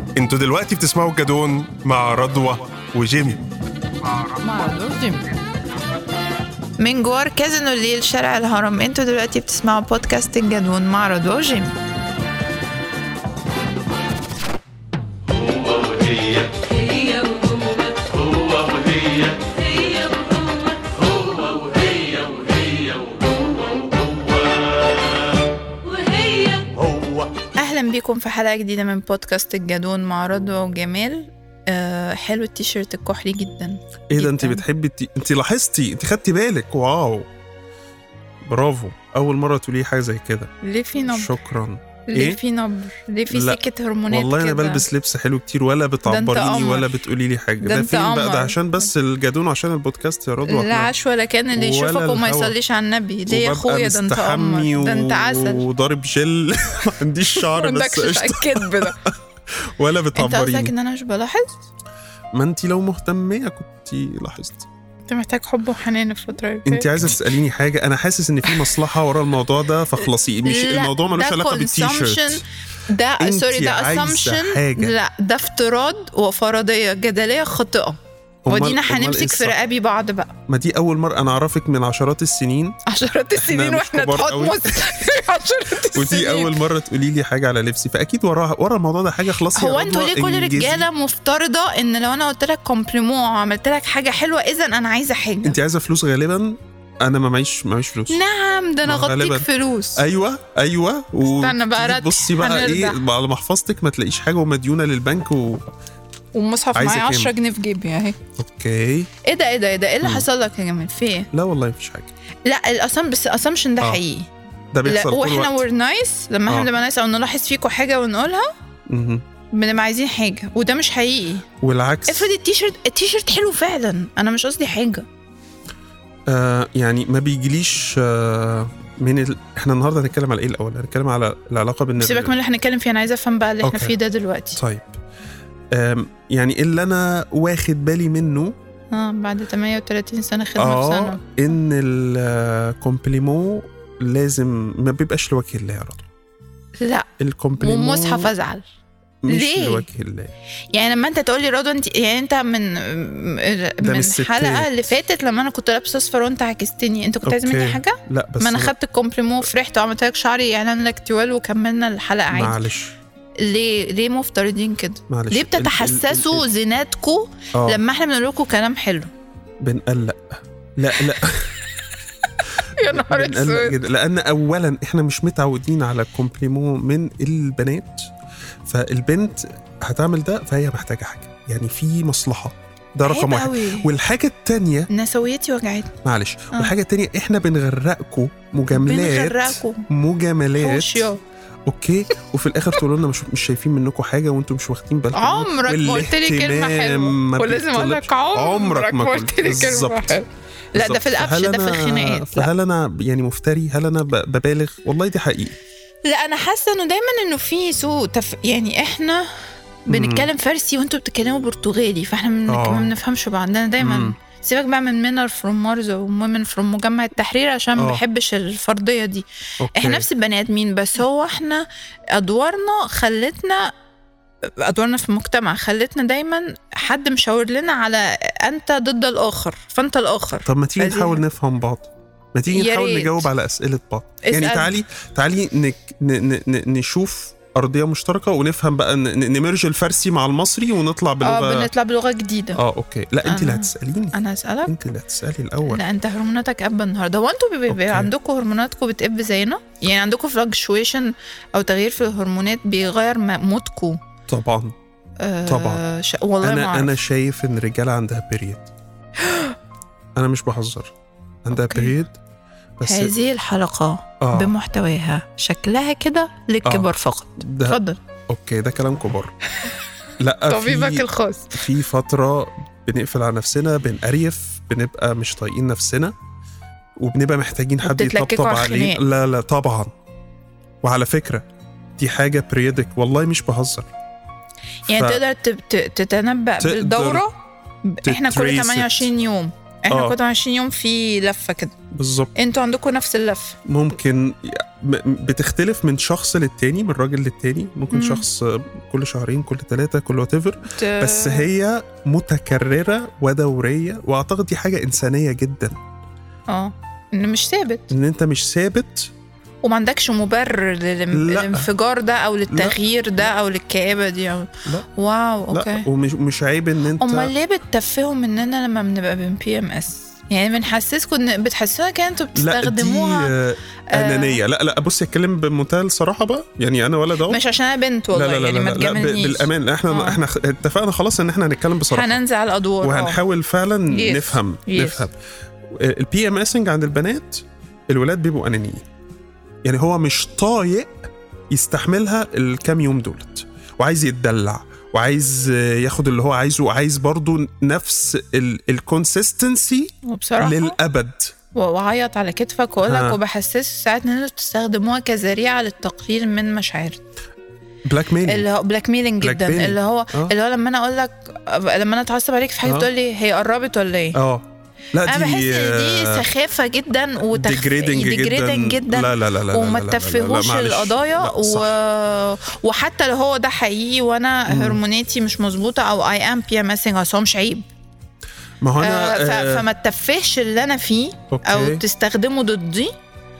انتوا دلوقتي بتسمعوا الجدون مع رضوى وجيمي. من جوار كازينو الليل شارع الهرم. انتوا دلوقتي بتسمعوا بودكاست الجدون مع رضوى وجيمي. اهلا بيكم في حلقة جديدة من بودكاست الجدون مع رضوى وجمال. حلو التيشيرت الكحلي جدا. ايه ده؟ انت بتحبي انت لاحظتي، انت خدتي بالك؟ واو برافو، اول مرة تقولي حاجة زي كده. ليه في نبر؟ شكرا. ليه إيه؟ في نبر؟ ليه في سكة هرمونات؟ والله كده؟ انا بلبس لبس حلو كتير ولا بتعبريني ولا بتقولي لي حاجة. ده فين بقى؟ ده عشان بس الجدون وعشان البودكاست يا رضوى. لا عاش ولا كان اللي يشوفك وما يصليش على النبي. ليه يا اخويا؟ ده انت قمر، ده انت عسل وضارب جل. ما عنديش شعر بس الكذب ده ولا بتعبريني. انت قصدك ان انا مش بلاحظ؟ ما انت لو مهتمية كنت لاحظتي. انت محتاج حب وحنان الفترة. انت عايزة تسأليني حاجة؟ انا حاسس ان في مصلحة ورا الموضوع ده، فخلصي. مش الموضوع ملوش علاقة بالتيشيرت ده. سوري، ده assumption. لا ده افتراض وفرضية جدلية خاطئة. ودينا هنمسك في رقابي بعض بقى. ما دي أول مرة أنا أعرفك من عشرات السنين وإحنا تحط ودي أول مرة تقولي لي حاجة على لبسي، فأكيد ورا الموضوع ده حاجة. خلاص هو أنتوا ليه كل رجالة مفترضة إن لو أنا قلت لك كومبليمون وعملت لك حاجة حلوة إذا أنا عايزة حاجة؟ أنت عايزة فلوس غالبا. أنا ما معيش فلوس. نعم، ده أنا غطيك فلوس. أيوة استنى بقى، بصي بقى إيه على محفظتك ما تلاقيش حاجة ومديونة للبنك ومصحف معايا 10 جنيه في جيبي اهي. اوكي. ايه ده ايه اللي حصل لك يا جمال؟ في ايه؟ لا والله مفيش حاجه. لا الاسامبشن ده حقيقي. ده بيحصل واحنا وير نايس لما احنا بنبقى نايس او نلاحظ فيكم حاجه ونقولها بنبقى عايزين حاجه، وده مش حقيقي. والعكس. افرض التيشيرت حلو فعلا، انا مش قصدي حاجه. يعني ما بيجيليش احنا النهارده هنتكلم على ايه الاول؟ هنتكلم على العلاقه بين سيبك من اللي هنتكلم فيه، انا عايزه افهم بقى اللي احنا فيه ده دلوقتي. طيب يعني اللي انا واخد بالي منه بعد 38 سنه خدمه في سنه، ان الكومبليمون لازم ما بيبقاش لوجه الله يا رضوى. لا الكومبليمون ومصحف ازعل. مش ليه؟ لوجه الله. يعني لما انت تقول لي رضوى، انت يعني انت من الحلقه اللي فاتت لما انا كنت لابسه اصفر وانت عكستني، انت كنت عايز مني حاجه؟ لا بس ما انا خدت الكومبليمون وفرحت وعملت لك شعري اعلان لك توال وكملنا الحلقه عادي. معلش. ليه مفترضين كده؟ معلش. ليه بتتحسسوا زيناتكم لما احنا بنقول لكم كلام حلو؟ بنقلق. لا يا نهار اسود. لان اولا احنا مش متعودين على كومبليمون من البنات، فالبنت هتعمل ده فهي محتاجه حاجه، يعني في مصلحه. ده رقم واحد. والحاجه الثانيه نسويتي وجعتني معلش. والحاجه الثانيه احنا بنغرقكم مجاملات اوكي، وفي الاخر تقولوا لنا مش شايفين منكم حاجه وانتم مش واخدين بالكم. عمرك ما قلت لي كلمه حلوه، ولازم اقول لك عمرك ما قلت لي كلمه حلوه. لا ده في القفش، ده في الخناقات. فهل انا يعني مفتري؟ هل انا ببالغ؟ والله دي حقيقي. لا انا حاسه انه دايما انه في سوء يعني احنا بنتكلم فارسي وانتوا بتتكلموا برتغالي، فاحنا ما بنفهمش بعضنا دايما. سيبك بقى من منر فروم مارز ومن فروم مجمع التحرير عشان ما بحبش الفرضيه دي. احنا نفس البني ادمين، بس هو احنا ادوارنا في المجتمع خلتنا دايما حد مشاور لنا على انت ضد الاخر فانت الاخر. طب ما تيجي نحاول نفهم بعض، ما تيجي نحاول نجاوب على اسئله بعض. يعني تعالي نشوف أرضية مشتركة ونفهم بقى، نمرج الفارسي مع المصري ونطلع بلغة بنطلع بلغة جديدة. اوكي. لا انت اللي هتسأليني. انا هسألك؟ انت اللي هتسألي الاول. لا انت هرموناتك قبل النهارده. هو انتوا عندكم هرموناتكم بتقب زينا؟ يعني عندكم فلكشويشن او تغيير في الهرمونات بيغير مودكم؟ طبعا طبعا. والله انا شايف ان الرجالة عندها بيريد. انا مش بهزر، عندها بيريد. بس هذه الحلقة بمحتواها شكلها كده للكبر فقط. اتفضل. اوكي، ده كلام كبار. لا طبيبك الخاص. في فترة بنقفل على نفسنا، بنقريف، بنبقى مش طايقين نفسنا وبنبقى محتاجين حد يطبطب عليه. لا طبعا. وعلى فكرة دي حاجة بريدك، والله مش بهزر. يعني تقدر تتنبأ بالدورة. احنا كل 28 يوم احنا كنا 20 يوم في لفه كده بالظبط. انتوا عندكم نفس اللفه؟ ممكن بتختلف من شخص للتاني، من راجل للتاني. ممكن شخص كل شهرين، كل 3، كل whatever. بس هي متكرره ودوريه، واعتقد دي حاجه انسانيه جدا. ان مش ثابت، ان انت مش ثابت وما عندكش مبرر للانفجار ده او للتغيير ده او للكآبة دي أو... لا. واو اوكي. لا، ومش عيب ان انت. امال ليه بتتفهوا مننا لما بنبقى PMS؟ يعني بنحسسكم بتحسوها كده انتوا بتستخدموها. لا دي انانيه. لا بصي اتكلم بمنتهى الصراحه بقى، يعني انا ولد اهو، مش عشان انا بنت والله. لا يعني ما تجاملنيش بالامان. احنا اتفقنا خلاص ان احنا هنتكلم بصراحه، هننزع الادوار وهنحاول فعلا نفهم. الPMSing عند البنات، الولاد بيبقوا انانيين، يعني هو مش طايق يستحملها الكام يوم دولت، وعايز يتدلع، وعايز ياخد اللي هو عايزه، وعايز برضو نفس الكونسيستنسي للأبد. وعيط على كتفك وأقولك وبحسس ساعات ان انتوا تستخدموها كذريعة للتقليل من مشاعر. بلاك ميلينج، اللي هو بلاك ميلينج جدا. اللي هو لما انا اقولك، لما انا اتعصب عليك في حاجة تقول لي هي قربت ولا ايه؟ لا انا بحس دي سخافه جدا وديجريدنج جدا. لا وما تفهوش القضايا وحتى لو هو ده حقيقي وانا هرموناتي مش مظبوطه او I am PMSing، اصلا مش عيب. ما هو انا فما تتفهش اللي انا فيه او تستخدمه ضدي.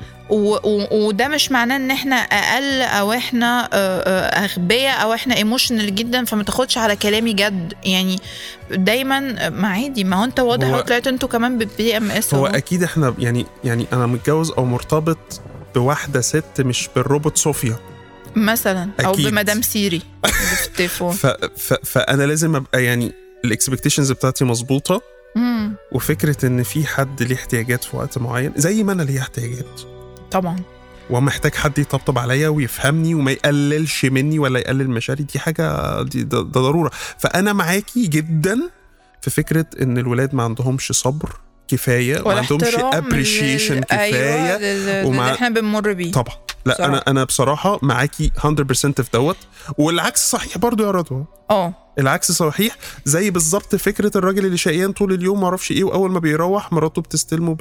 وده مش معناه ان احنا اقل او احنا اغبياء او احنا ايموشنال جدا، فما تاخدش على كلامي جد. يعني دايما ما عادي، ما هو انت واضح وطلعت انتوا كمان PMS. هو اكيد احنا يعني انا متجوز او مرتبط بواحده ست، مش بالروبوت صوفيا مثلا او بمدام سيري في التليفون. فانا لازم ابقى يعني الاكسبكتيشنز بتاعتي مظبوطه. وفكره ان في حد ليه احتياجات في وقت معين زي ما انا ليه احتياجات طبعا، ومحتاج حد يطبطب عليا ويفهمني وما يقللش مني ولا يقلل مشاعري. دي حاجة ده ضرورة. فأنا معاكي جدا في فكرة إن الولاد ما عندهمش صبر كفاية وما عندهمش appreciation كفاية اللي احنا بنمر بيه. طبعا لا صراحة. أنا بصراحة معاكي 100% في دوت. والعكس صحيح برضو يا رضوى. العكس صحيح، زي بالظبط فكرة الراجل اللي شقيان طول اليوم معرفش إيه، وأول ما بيروح مراته بتستلمه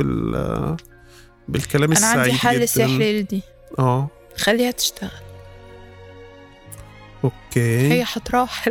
بالكلام السعيد. أنا عندي حل سحري لدي. خليها تشتغل. اوكي، هي هتروح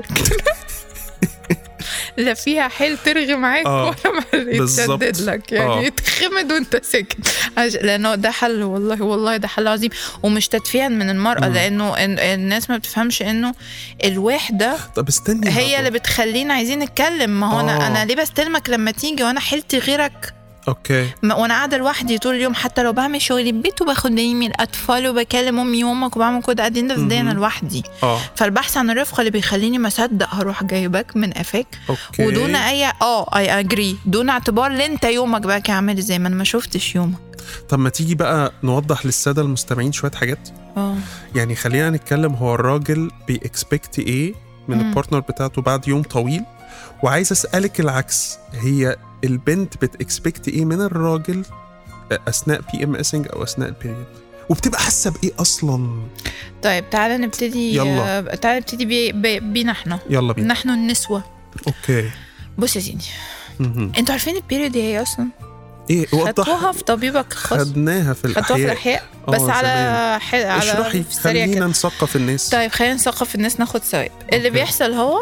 لا فيها حيل ترغي معاك ولا ما يتشدد لك، يعني تخمد وانت ساكت، لانه ده حل. والله ده حل عظيم، ومش تدفيا من المرأة. لانه الناس ما بتفهمش انه الوحدة طب استني هي اللي بتخلينا عايزين نتكلم. ما هو انا ليه بستلمك لما تيجي وانا حيلتي غيرك؟ اوكي، وانا قاعده لوحدي طول اليوم، حتى لو بعمل شغلي البيت وباخد بالي من الاطفال وبكلم امي وامك وبعمل كده، قاعدين ده انا لوحدي. فالبحث عن الرفقه اللي بيخليني ما اصدق هروح جايبك من قفاك. ودون اي اي اجري، دون اعتبار ان انت يومك بقى عامل ازاي، ما انا ما شفتش يومك. طب ما تيجي بقى نوضح للساده المستمعين شويه حاجات. يعني خلينا نتكلم، هو الراجل بيكسبكت ايه من البارتنر بتاعته بعد يوم طويل؟ وعايز اسالك العكس، هي البنت بتكسبكت ايه من الراجل اثناء PMSing او اثناء البيريود، وبتبقى حاسه بايه اصلا؟ طيب تعالى نبتدي. تعالى نبتدي بينا احنا. يلا بينا، نحن النسوه. اوكي، بص يا سيدي، انتوا عارفين البيريود هي اصلا ايه؟ خدتوها في طبيبك الخاص؟ خدناها في الأحياء بس على اشرحي، خلينا نثقف الناس. طيب خلينا نثقف الناس، ناخد ثواب. اللي بيحصل هو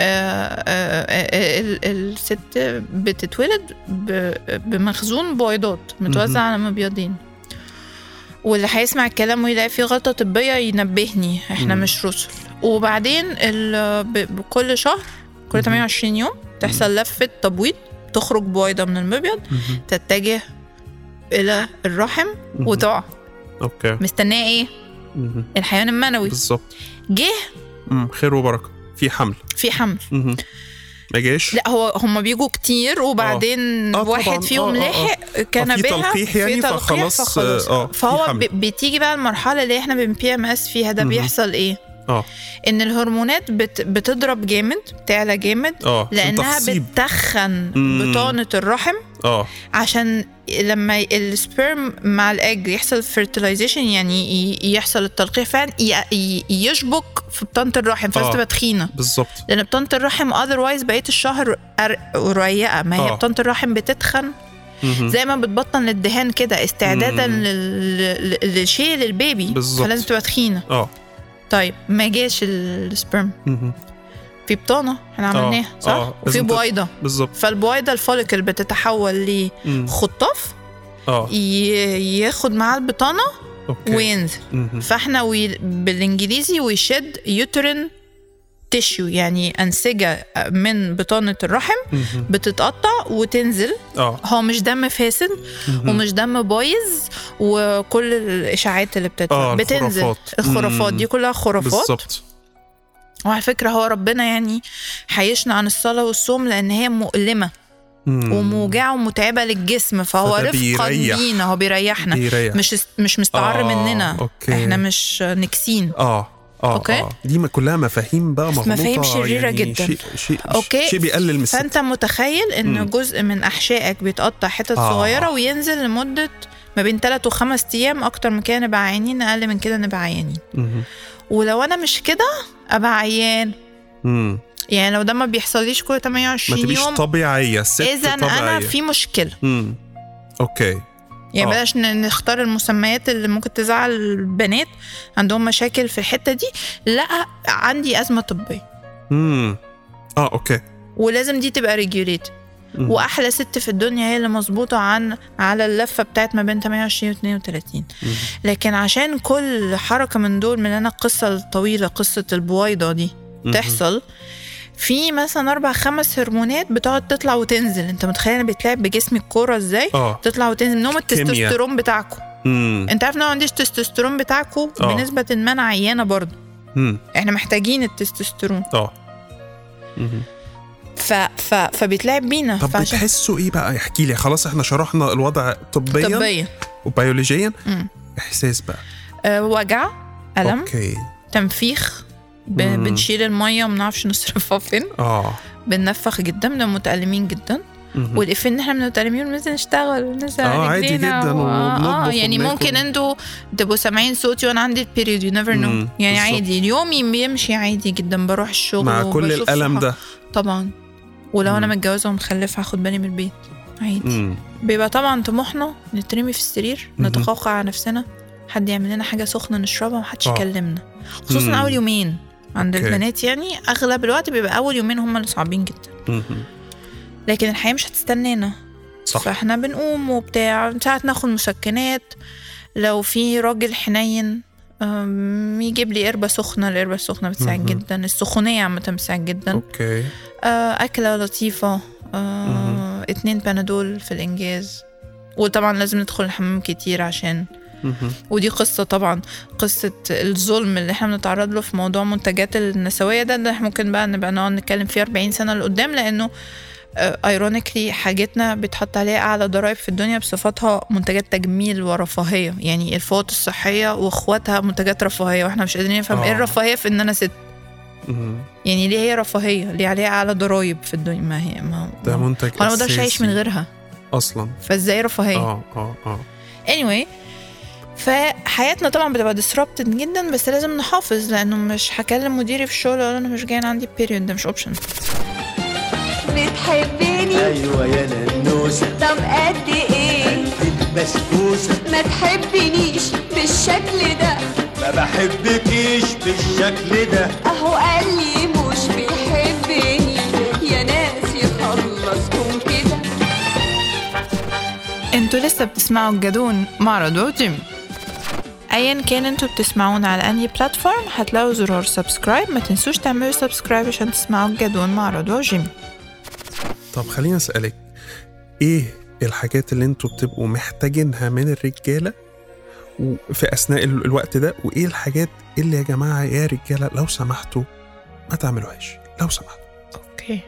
الست بتتولد بمخزون بويضات متوزع على مبيضين، واللي هيسمع الكلام ويلاقي فيه غلطة طبية ينبهني، احنا مش رسل. وبعدين بكل شهر، كل 28 يوم تحصل لفة تبويض، تخرج بويضة من المبيض، تتجه إلى الرحم وتقع. مستناه ايه؟ الحيوان المنوي بالظبط. جه خير وبركة، في حمل ما جاش. لا هم بيجوا كتير، وبعدين واحد فيهم لحق كان في تلقيح يعني، فخلاص فهو بتيجي بقى المرحله اللي احنا PMS فيها. ده بيحصل ايه؟ ان الهرمونات بتضرب جامد، بتعلى جامد، لانها بتتخن بطانه الرحم. عشان لما السبرم مع الاج يحصل fertilization، يعني يحصل التلقيح فعلا، يشبك في بطانة الرحم فلازم تبقى تخينة بالظبط، لأن بطانة الرحم otherwise بقية الشهر رقيقة. ما هي بطانة الرحم بتتخن زي ما بتبطن للدهان كده استعدادا للشيء للبيبي بالزبط. فلازم تبقى تخينة. طيب ما جاش السبرم في بطانة احنا عملناها صح؟ وفي بويضة بالظبط. فالبويضة الفوليكل بتتحول لخطاف ياخد معاه البطانة وينزل. فاحنا بالانجليزي ويشد يوترين تيشيو يعني أنسجة من بطانة الرحم بتتقطع وتنزل. هو مش دم فاسد ومش دم بايظ وكل الإشاعات اللي بتنزل الخرافات دي كلها خرافات بالزبط. وعلى فكرة هو ربنا يعني حيشنا عن الصلاة والصوم لأن هي مؤلمة وموجعة ومتعبة للجسم فهو رفقا بينا هو بيريحنا مش مستعر مننا احنا مش نكسين اوكي دي كلها مفاهيم بقى مغلوطة مفاهيم شريرة يعني جدا شيء بيقلل من فانت متخيل ان جزء من احشائك بيتقطع حتت صغيرة وينزل لمدة ما بين 3 و5 أيام اكتر من كده نبقى عيانين اقل من كده نبقى عيانين ولو انا مش كده ابقى عيان يعني لو ده ما بيحصليش كل 28 يوم ما تبقيش طبيعية إذا أنا في مشكلة أوكي يعني بلاش نختار المسميات اللي ممكن تزعل البنات عندهم مشاكل في الحتة دي لا عندي أزمة طبية أوكي ولازم دي تبقى ريجوليت وأحلى ست في الدنيا هي اللي مظبوطة على اللفة بتاعت ما بين 28 و 32 لكن عشان كل حركة من دول من أنا القصة الطويلة قصة البويضة دي تحصل في مثلا 4-5 هرمونات بتقعد تطلع وتنزل انت متخيل بيتلعب بجسم الكورة ازاي تطلع وتنزل منهم التستوستيرون بتاعكم انت عارف ان ما عنديش تستوستيرون بتاعكم بنسبة ما انا عيانة برضو احنا محتاجين التستوستيرون فبيتلعب بينا طب بتحسوا ايه بقى يحكي لي خلاص احنا شرحنا الوضع طبيا وبيولوجيا احساس بقى وجع ألم تنفيخ بنشيل المية ومنعرفش نصرفها فين بننفخ جدا بنبقى متألمين جدا والإفن ان احنا متألمين وننزل نشتغل وننزل عادي جدا يعني ممكن انتوا تبقوا سامعين صوتي وانا عندي البيريود you never know يعني عادي اليوم بيمشي عادي جدا بروح الشغل مع كل الألم ده طبعا ولو انا متجوزة ومخلفة هاخد بالي من البيت عادي بيبقى طبعا طموحنا نترمي في السرير نتقوقع على نفسنا حد يعمل لنا حاجة سخنة نشربها ومحدش يكلمنا خصوصا أول يومين عند البنات يعني أغلب الوقت بيبقى أول يومين هم اللي صعبين جدا لكن الحياة مش هتستنينا فاحنا بنقوم وبتاع ساعات ناخد مسكنات لو في راجل حنين يجيب لي قربة سخنة القربة السخنة بتساعد جدا السخونية عامة بتساعد جدا أكلة لطيفة 2 بنادول في الإنجاز وطبعا لازم ندخل الحمام كتير عشان ودي قصة طبعا قصة الظلم اللي احنا بنتعرض له في موضوع منتجات النسوية ده احنا ممكن بقى نبقى نقعد نتكلم فيه 40 سنة لقدام لأنه ايرونيكلي حاجتنا بيتحط عليها أعلى ضرائب في الدنيا بصفتها منتجات تجميل ورفاهية يعني الفوط الصحية واخواتها منتجات رفاهية واحنا مش قادرين نفهم ايه الرفاهية في ان انا ست يعني ليه هي رفاهية ليه عليها أعلى ضرائب في الدنيا ما هي ده منتج أساسي أنا ما اقدرش أعيش من غيرها أصلا فازاي رفاهية anyway فحياتنا طبعا بتبقى disrupted جدا بس لازم نحافظ لأنه مش هكلم مديري في الشغل ولا أنا مش جاي عندي period ده مش اوبشن بتحبني أيوة يا ننوسة طب قد إيه بسبوسة ما تحبنيش بالشكل ده ما بحبكيش بالشكل ده أهو قال لي مش بيحبني يا ناس يخلصكم كده انتوا لسه بتسمعوا الجدون مع رضوى وجيمي ايا كان انتوا بتسمعونا على انهي بلاتفورم هتلاقوا زرار سبسكرايب ما تنسوش تعملوا سبسكرايب عشان تسمعوا الجدون مع رضوى وجيمي طب خلينا اسألك ايه الحاجات اللي انتوا بتبقوا محتاجينها من الرجالة في اثناء الوقت ده وايه الحاجات اللي يا جماعة يا رجالة لو سمحتوا ما تعملوهاش لو سمحتوا اوكي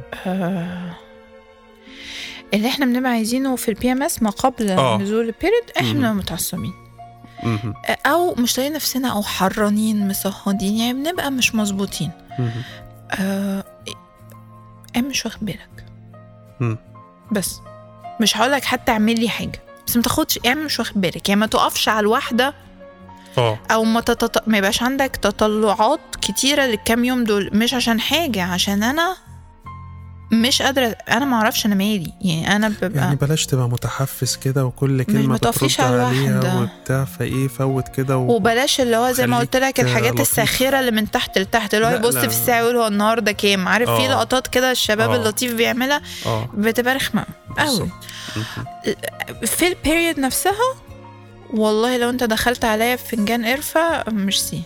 اللي احنا بنبقى عايزينه في البي ام اس ما قبل نزول البيريد احنا متعصبين او مش طايقين نفسنا او حرانين مصهدين يعني بنبقى مش مظبوطين مش واخد بالك بس مش هقولك حتى اعمل لي حاجه بس ما تاخدش مش واخد بالك يعني ما تقفش على الواحده او ما يبقاش عندك تطلعات كتيره للكام يوم دول. مش عشان حاجه، عشان انا مش قادرة، أنا ما أعرفش أنا مالي. يعني أنا ببقى يعني بلاش تبقى متحفز كده وكل كلمة ترد عليها وبتاع فإيه فوت كده وبلاش اللي هو زي ما قلت لك الحاجات الساخرة اللي من تحت لتحت، اللي هو يبص في الساعة يقول هو النهاردة كام، عارف في لقطات كده الشباب اللطيف بيعملها بتبقى رخمة أوي. في البيريود نفسها والله لو أنت دخلت عليا في فنجان قرفة ميرسي.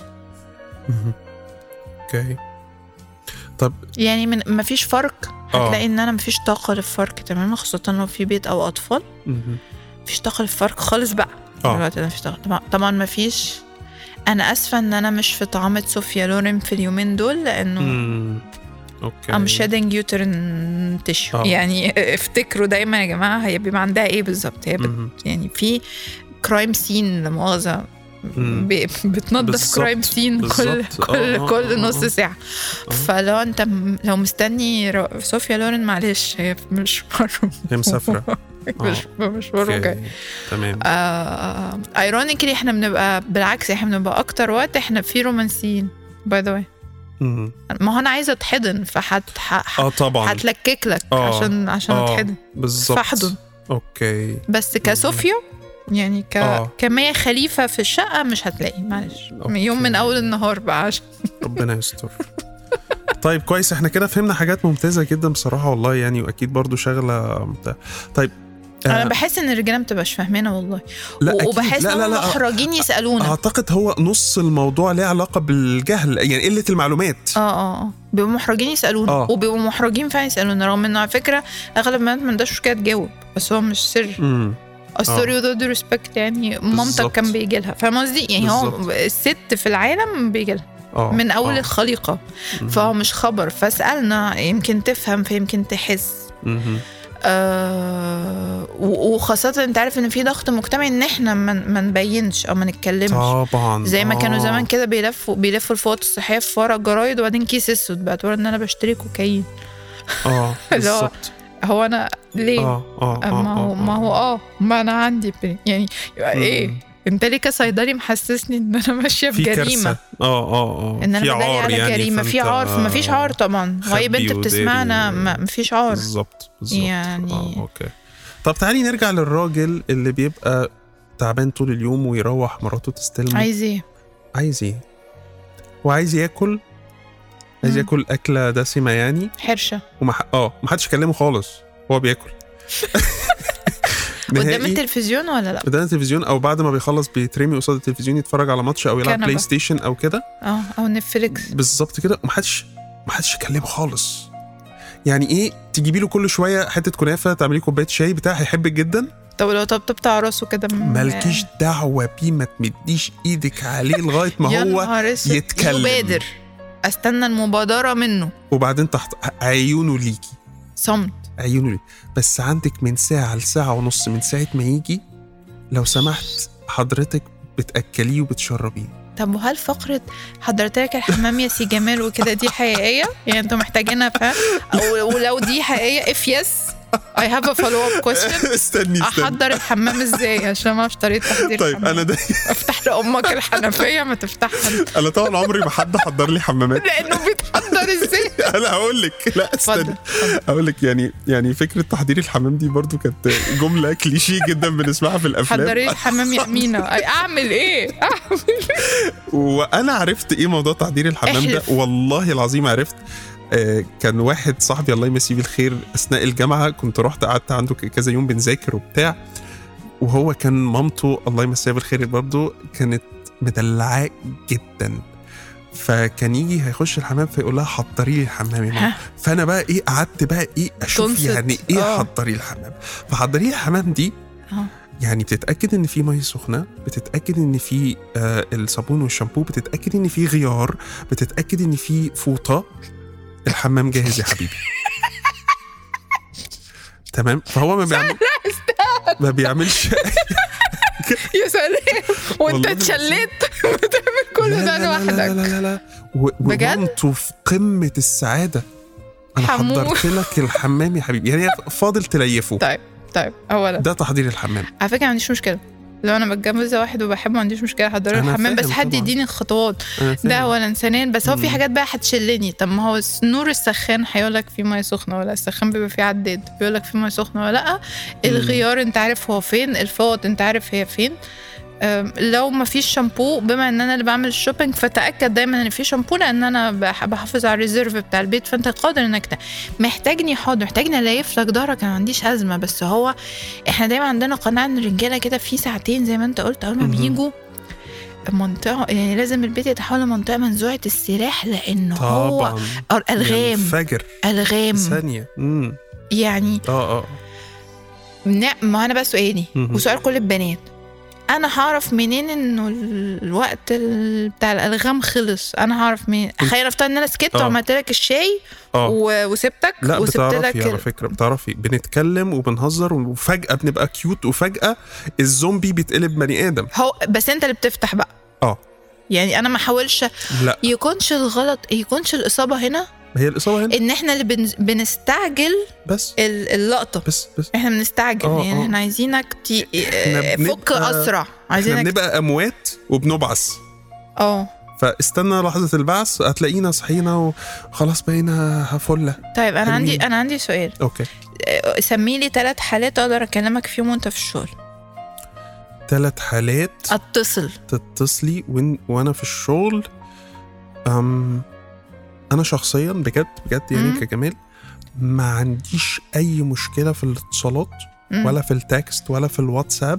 اوكي طب يعني ما فيش فرق، هتلاقي ان انا مفيش طاقه للفرق تماما، خاصه لو في بيت او اطفال. مفيش طاقه للفرق خالص بقى دلوقتي. مفيش طاقه طبعا، مفيش. انا اسفه ان انا مش في طعامه صوفيا لورين في اليومين دول، لانه اوكي I'm shedding uterine tissue. يعني افتكروا دايما يا جماعه هي بيبقى عندها ايه بالظبط. هي يعني في كرايم سين لمؤاخذه بتنظف كرايم سين كل نص ساعة. فلو انت لو مستني صوفيا لورين معلش هي مش مرة، هي مسافرة مش مرة جاي. تمام. ايرونيكلي احنا بنبقى بالعكس، احنا بنبقى اكتر وقت احنا في رومانسيين باي ذا واي. ما هو انا عايزة اتحضن طبعا هتلكك لك عشان اتحضن بالظبط. فاحضن اوكي. بس كصوفيا يعني كمية خليفة في الشقة مش هتلاقي، معلش يوم من أول النهار بقى عشان ربنا يستر. طيب كويس، احنا كده فهمنا حاجات ممتازة جدا بصراحة والله يعني، وأكيد برضو شغلة طيب أنا بحس إن الرجالة متبقاش فاهمينها والله. وبحس إنهم محرجين يسألونا. أعتقد هو نص الموضوع ليه علاقة بالجهل، يعني قلة المعلومات. بيبقوا محرجين يسألونا وبيبقوا محرجين فعلا يسألونا، رغم إنه على فكرة أغلب البنات ما عندهاش مشكلة تجاوب، بس هو مش سر. السوري وذو ريسبكت يعني مامتك كان بيجي لها، فاهم قصدي؟ يعني هو الست في العالم بيجي لها من اول الخليقه، فهو مش خبر. فاسالنا يمكن تفهم، فيمكن تحس. وخاصه انت عارف ان في ضغط مجتمعي ان احنا ما نبينش او ما نتكلمش طبعا. زي ما كانوا زمان كده بيلفوا الفوط الصحيه في ورق جرايد وبعدين كيس اسود بقى تقول ان انا بشتري كوكايين. بالظبط. هو انا ليه ما هو ما انا عندي يعني ايه انت ليه كصيدلي محسسني ان انا ماشيه في جريمه؟ ان انا بداري على يعني جريمه في عار. ما فيش عار طبعا، وهي بنت بتسمعنا ما فيش عار بالظبط يعني. اوكي طب تعالي نرجع للراجل اللي بيبقى تعبان طول اليوم ويروح مراته تستلمه. عايز ايه وعايز ياكل، عايز ياكل أكلة دسمة يعني حرشة محدش يكلمه خالص هو بياكل. قدام التلفزيون ولا لا؟ قدام التلفزيون، أو بعد ما بيخلص بيترمي قصاد التلفزيون يتفرج على ماتش أو يلعب بلاي ستيشن أو كده أو نتفليكس بالظبط كده. ومحدش يكلمه خالص. يعني إيه تجيبي له كل شوية حتة كنافة، تعملي كوباية شاي بتاع، هيحبك جدا. طب لو طبطبت على راسه كده مالكيش دعوة بيه، ما تمديش إيدك عليه لغاية ما هو يتكلم. يبادر، استنى المبادرة منه. وبعدين تحت عيونه ليكي صمت، عيونه ليكي. بس عندك من ساعة لساعة ونص من ساعة ما يجي لو سمحت حضرتك بتأكليه وبتشربيه. طب وهل فقرة حضرتك الحمام يا سي جمال وكده دي حقيقية؟ يعني انتوا محتاجينها فاهم؟ ولو دي حقيقية if yes I have a follow-up question. استني احضر الحمام ازاي عشان ما اعرفش طريقه تحضير طيب الحمام. انا افتح لامك الحنفيه ما تفتحها. انا طبعا عمري ما حد حضر لي حمامات لانه بيتحضر ازاي. انا هقول لك لا استني هقول لك يعني فكره تحضير الحمام دي برضو كانت جمله كليشيه جدا بنسمعها في الافلام. حضري الحمام يا امينه اعمل ايه وانا عرفت ايه موضوع تحضير الحمام ده والله العظيم عرفت. كان واحد صاحبي الله يمسيه بالخير أثناء الجامعة كنت رحت قعدت عنده كذا يوم بنذاكر وبتاع، وهو كان مامته الله يمسيها بالخير برضو كانت مدلعاه جدا، فكان يجي هيخش الحمام فيقول لها حضري لي الحمام يا ماما. فأنا بقى إيه قعدت بقى إيه أشوف يعني إيه حضري الحمام. فحضري الحمام دي يعني بتتأكد إن في مية سخنة، بتتأكد إن في الصابون والشامبو، بتتأكد إن في غيار، بتتأكد إن في فوطة. الحمام جاهز يا حبيبي. تمام. فهو ما بيعملش يا سلام وانت اتشليت بتعمل كل ده لوحدك. لا ومامته في قمة السعادة. انا حضرت لك الحمام يا حبيبي، يعني فاضل تليفه. طيب اولا ده تحضير الحمام. على فكرة ما عنديش مشكلة لو انا بتجوز واحد وبحبه ما عنديش مشكله احضر الحمام، بس حد يديني الخطوات ده اولا. ثانيا بس هو في حاجات بقى هتشلني. طب ما هو النور السخان هيقول لك في ميه سخنه ولا السخان بيبقى فيه عداد بيقول لك في ميه سخنه ولا لا. الغيار انت عارف هو فين، الفوط انت عارف هي فين. لو ما فيش شامبو، بما ان انا اللي بعمل الشوبينج فتاكد دايما ان في شامبو، لان انا بحافظ على الريزيرف بتاع البيت. فانت قادر انك محتاجني حاضر، محتاجني الايف لك ظهرك، انا ما عنديش ازمه. بس هو احنا دايما عندنا قناعه ان الرجاله كده في ساعتين زي ما انت قلت اول ما بيجوا منطقه، يعني لازم البيت يتحول لمنطقه منزوعه السلاح، لانه هو الغام فجر الغام ثانيه يعني ما انا بقى سؤالي وسؤال كل البنات، انا هعرف منين انه الوقت بتاع الالغام خلص؟ انا هعرف منين؟ خلينا نفترض ان انا سكت وعملت لك الشاي وسبتك. لا بتعرفي على فكره، بتعرفي بنتكلم وبنهزر وفجاه بنبقى كيوت وفجاه الزومبي بيتقلب بني ادم. هو بس انت اللي بتفتح بقى. يعني انا ما حاولش يكونش الغلط، يكونش الاصابه هنا. هي الإصابة هنا إن إحنا اللي بنستعجل بس اللقطة بس إحنا بنستعجل. يعني إحنا عايزينك فك أسرع، عايزينك إحنا بنبقى أموات وبنبعث. فاستنى لحظة البعث هتلاقينا صحينا وخلاص بقينا فلة. طيب أنا عندي سؤال. أوكي. سمي لي 3 حالات أقدر أكلمك فيهم وأنت في الشغل. 3 حالات تتصلي وأنا في الشغل. أنا شخصياً بجد يعني كجمال ما عنديش أي مشكلة في الاتصالات ولا في التكست ولا في الواتساب.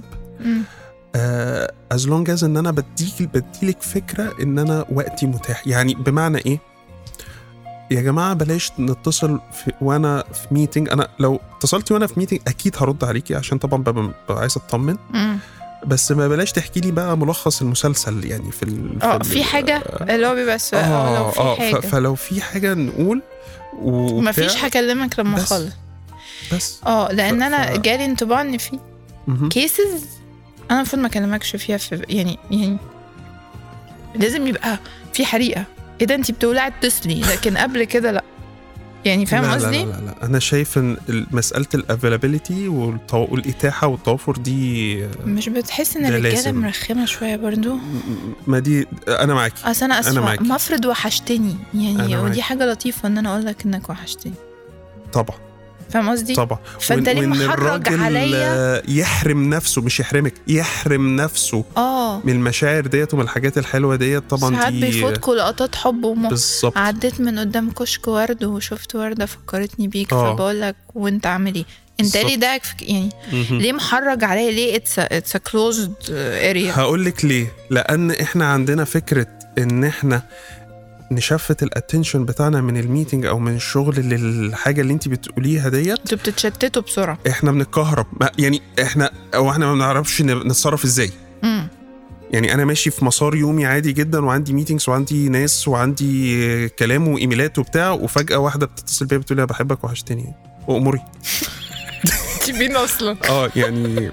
as long as إن أنا بديلك فكرة إن أنا وقتي متاح. يعني بمعنى إيه يا جماعة؟ بلاش نتصل وأنا في ميتينج. أنا لو اتصلتي وأنا في ميتينج أكيد هرد عليكي عشان طبعاً ببقى عايز أطمن. بس ما بلاش تحكي لي بقى ملخص المسلسل يعني في حاجة اللي هو بيبقى لو في حاجة فلو في حاجة نقول مفيش هكلمك لما اخلص بس لان انا جالي انطباع ان في كيسز انا المفروض ما اكلمكش فيها يعني لازم يبقى في حريقة. ايه ده انتي بتولعي اتصلي، لكن قبل كده لا. يعني فاهم قصدي؟ لا انا شايف ان مساله الافيلابيلتي والاتاحه والتوفر دي مش بتحس ان الرجاله مرخمه شويه برضو؟ ما دي انا معاكي. اصل انا اسفه مفرض وحشتني يعني، ودي حاجه لطيفه ان انا اقول لك انك وحشتني طبعا. فاهم قصدي؟ طبعا. فانت ليه محرج عليا يحرم نفسه، مش يحرمك، يحرم نفسه من المشاعر ديت ومن الحاجات الحلوه ديت. طبعا ساعات بيفوتكوا لقطات حب بالظبط. عديت من قدام كشك ورد وشفت ورده فكرتني بيك فبقول لك وانت عامل ايه؟ انت ليه ده يعني ليه محرج عليا؟ ليه اتس كلوزد اريا؟ هقول لك ليه. لان احنا عندنا فكره ان احنا نشفت الاتنشن بتاعنا من الميتنج او من الشغل للحاجه اللي انت بتقوليها ديت. انتوا بتتشتتوا بسرعه. احنا بنتكهرب يعني احنا ما بنعرفش نتصرف ازاي. يعني انا ماشي في مسار يومي عادي جدا وعندي ميتنجز وعندي ناس وعندي كلام وايميلات وبتاع، وفجاه واحده بتتصل بيا بتقول لي بحبك وحشتني واموري تبين اصلا. يعني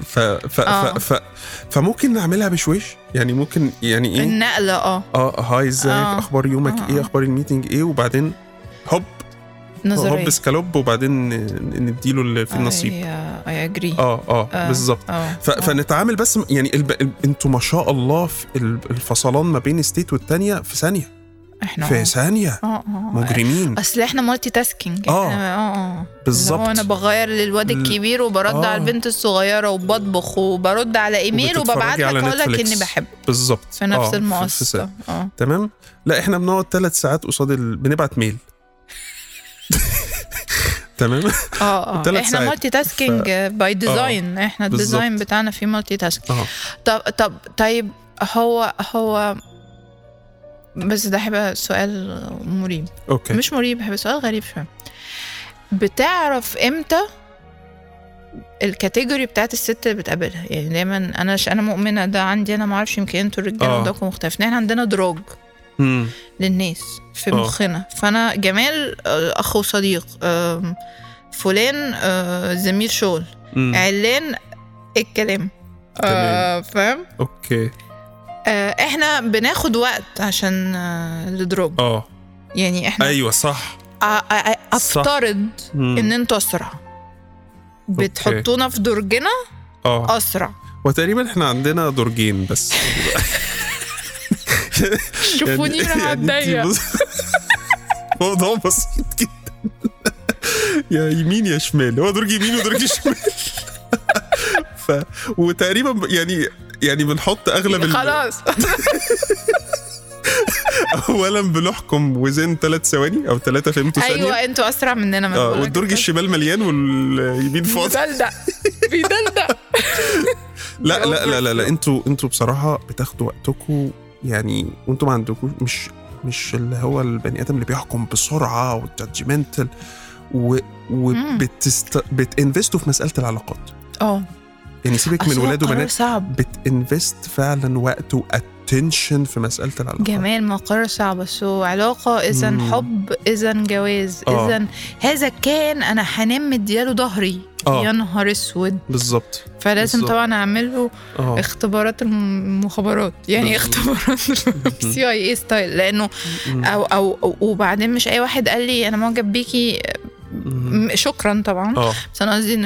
فممكن نعملها بشويش. يعني ممكن يعني ايه النقله هاي ازيك اخبار يومك ايه اخبار الميتنج ايه، وبعدين هوب سكالوب وبعدين نديله اللي في النصيب. اي اجري. بالظبط. فنتعامل بس يعني انتوا ما شاء الله في الفصلان ما بين ستيت والتانية في ثانيه. احنا في ثانيه مجرمين. اصل احنا مالتي تاسكينج. بالظبط. انا بغير للواد الكبير وبرد على البنت الصغيره وبطبخ وبرد على ايميل وببعت لك اقول لك اني بحب. بالظبط. في نفس المقصه. تمام. لا احنا بنقعد 3 ساعات قصاد بنبعت ميل. تمام. احنا مالتي تاسكينج باي ديزاين. احنا الديزاين بتاعنا فيه مالتي تاسكينج. طيب هو بس ده هيبقى سؤال مريب. أوكي. مش مريب، هيبقى سؤال غريب شويه. بتعرف امتى الكاتيجوري بتاعت الست اللي بتقابلها؟ يعني دايما انا مؤمنه ده عندي، انا ما اعرفش يمكن انتوا الرجاله عندكم مختلف. احنا عندنا دروج للناس في مخنا. فانا جمال اخ وصديق، فلان زميل شغل، علان الكلام. فاهم؟ اوكي. احنا بناخد وقت عشان الدروج. يعني احنا ايوه صح. افترض ان انتوا اسرع، بتحطونا في درجنا اسرع، وتقريبا احنا عندنا درجين بس. شوفوني راح اتضايق. موضوع بسيط جدا. يا يمين يا شمال، هو درج يمين ودرج شمال. وتقريبا يعني بنحط اغلب خلاص. اولا بنحكم وزن 3 ثواني او 3 فهمتوا ثانيه. ايوه انتوا اسرع مننا. والدرج الشمال مليان واليمين فاضي. بيدلدق. لا لا لا لا, لا. انتوا بصراحه بتاخدوا وقتكم يعني، وانتوا ما عندكم مش اللي هو البني ادم اللي بيحكم بسرعه والجادجمنتال بتinvestوا في مساله العلاقات. يعني سيبك من ولاد وبنات، بتinvest فعلا وقت واتنشن في مساله العلاقات. جمال ما قرار صعب، بس علاقه اذا حب اذا جواز اذا هذا كان انا هنام مدياله ظهري. يا نهار اسود. بالظبط. فلازم طبعا اعمل له اختبارات المخابرات، يعني اختبارات CIA ستايل، لانه او وبعدين مش اي واحد قال لي انا معجب بيكي شكرا طبعا. بس انا قصدي انه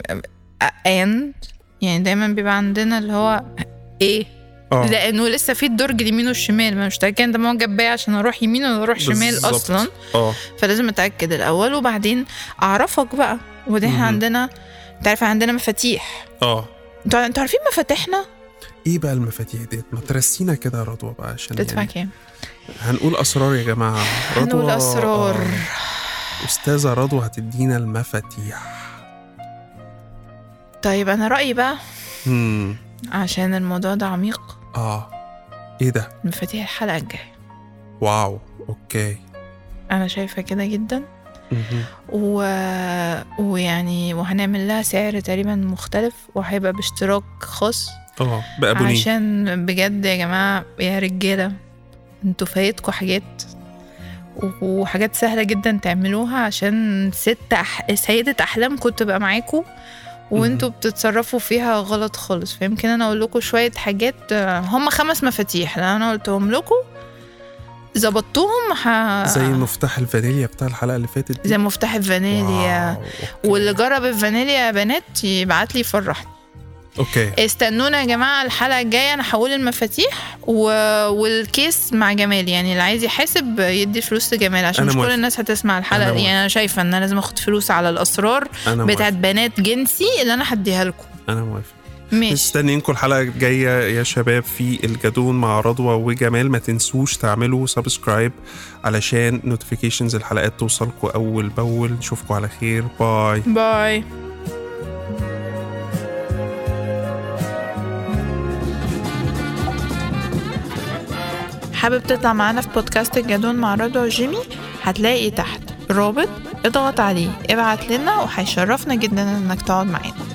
يعني دايما بيبقى عندنا اللي هو ايه لانه لسه في الدرج اليمين والشمال، ما مش متاكد انت معجب بيا عشان اروح يمين ولا اروح شمال اصلا. فلازم اتاكد الاول وبعدين اعرفك بقى. وده احنا عندنا، انت عارف عندنا مفاتيح. انتوا عارفين مفاتيحنا ايه بقى؟ المفاتيح ديت ما ترسينا كده يا رضوى بقى عشان تدفع كام. هنقول اسرار يا جماعه. هنقول اسرار. استاذه رضوى هتدينا المفاتيح. طيب انا رايي بقى عشان الموضوع ده عميق. ايه ده؟ مفاتيح الحلقه الجايه. واو اوكي. انا شايفه كده جدا. ويعني وهنعمل لها سعر تقريبا مختلف، وهيبقى باشتراك خاص بأبوني، عشان بجد يا جماعه يا رجاله انتوا فايتكم حاجات وحاجات سهله جدا تعملوها عشان سيدة احلامكم تبقى معاكم وانتوا بتتصرفوا فيها غلط خالص. فيمكن انا اقول لكم شويه حاجات، هم 5 مفاتيح لو انا قلتهم لكم زبطتوهم زي مفتاح الفانيليا بتاع الحلقه اللي فاتت دي. زي مفتاح الفانيليا. واللي جرب الفانيليا يا بنات يبعت لي يفرحني. استنونا يا جماعه الحلقه الجايه، انا هقول المفاتيح والكيس مع جمال. يعني اللي عايز يحاسب يدي فلوس لجمال عشان مش كل الناس هتسمع الحلقه. يعني انا شايفه ان انا لازم اخد فلوس على الاسرار بتاعت بنات جنسي اللي انا هديها لكم. انا موافق. مستنيينكم الحلقه الجايه يا شباب في الجدون مع رضوى وجمال. ما تنسوش تعملوا سبسكرايب علشان نوتيفيكيشنز الحلقات توصلكم اول باول. نشوفكم على خير. باي باي. حابب تطلع معانا في بودكاست الجدون مع رضوى وجيمي؟ هتلاقي تحت رابط، اضغط عليه ابعت لنا وهيشرفنا جدا انك تقعد معانا.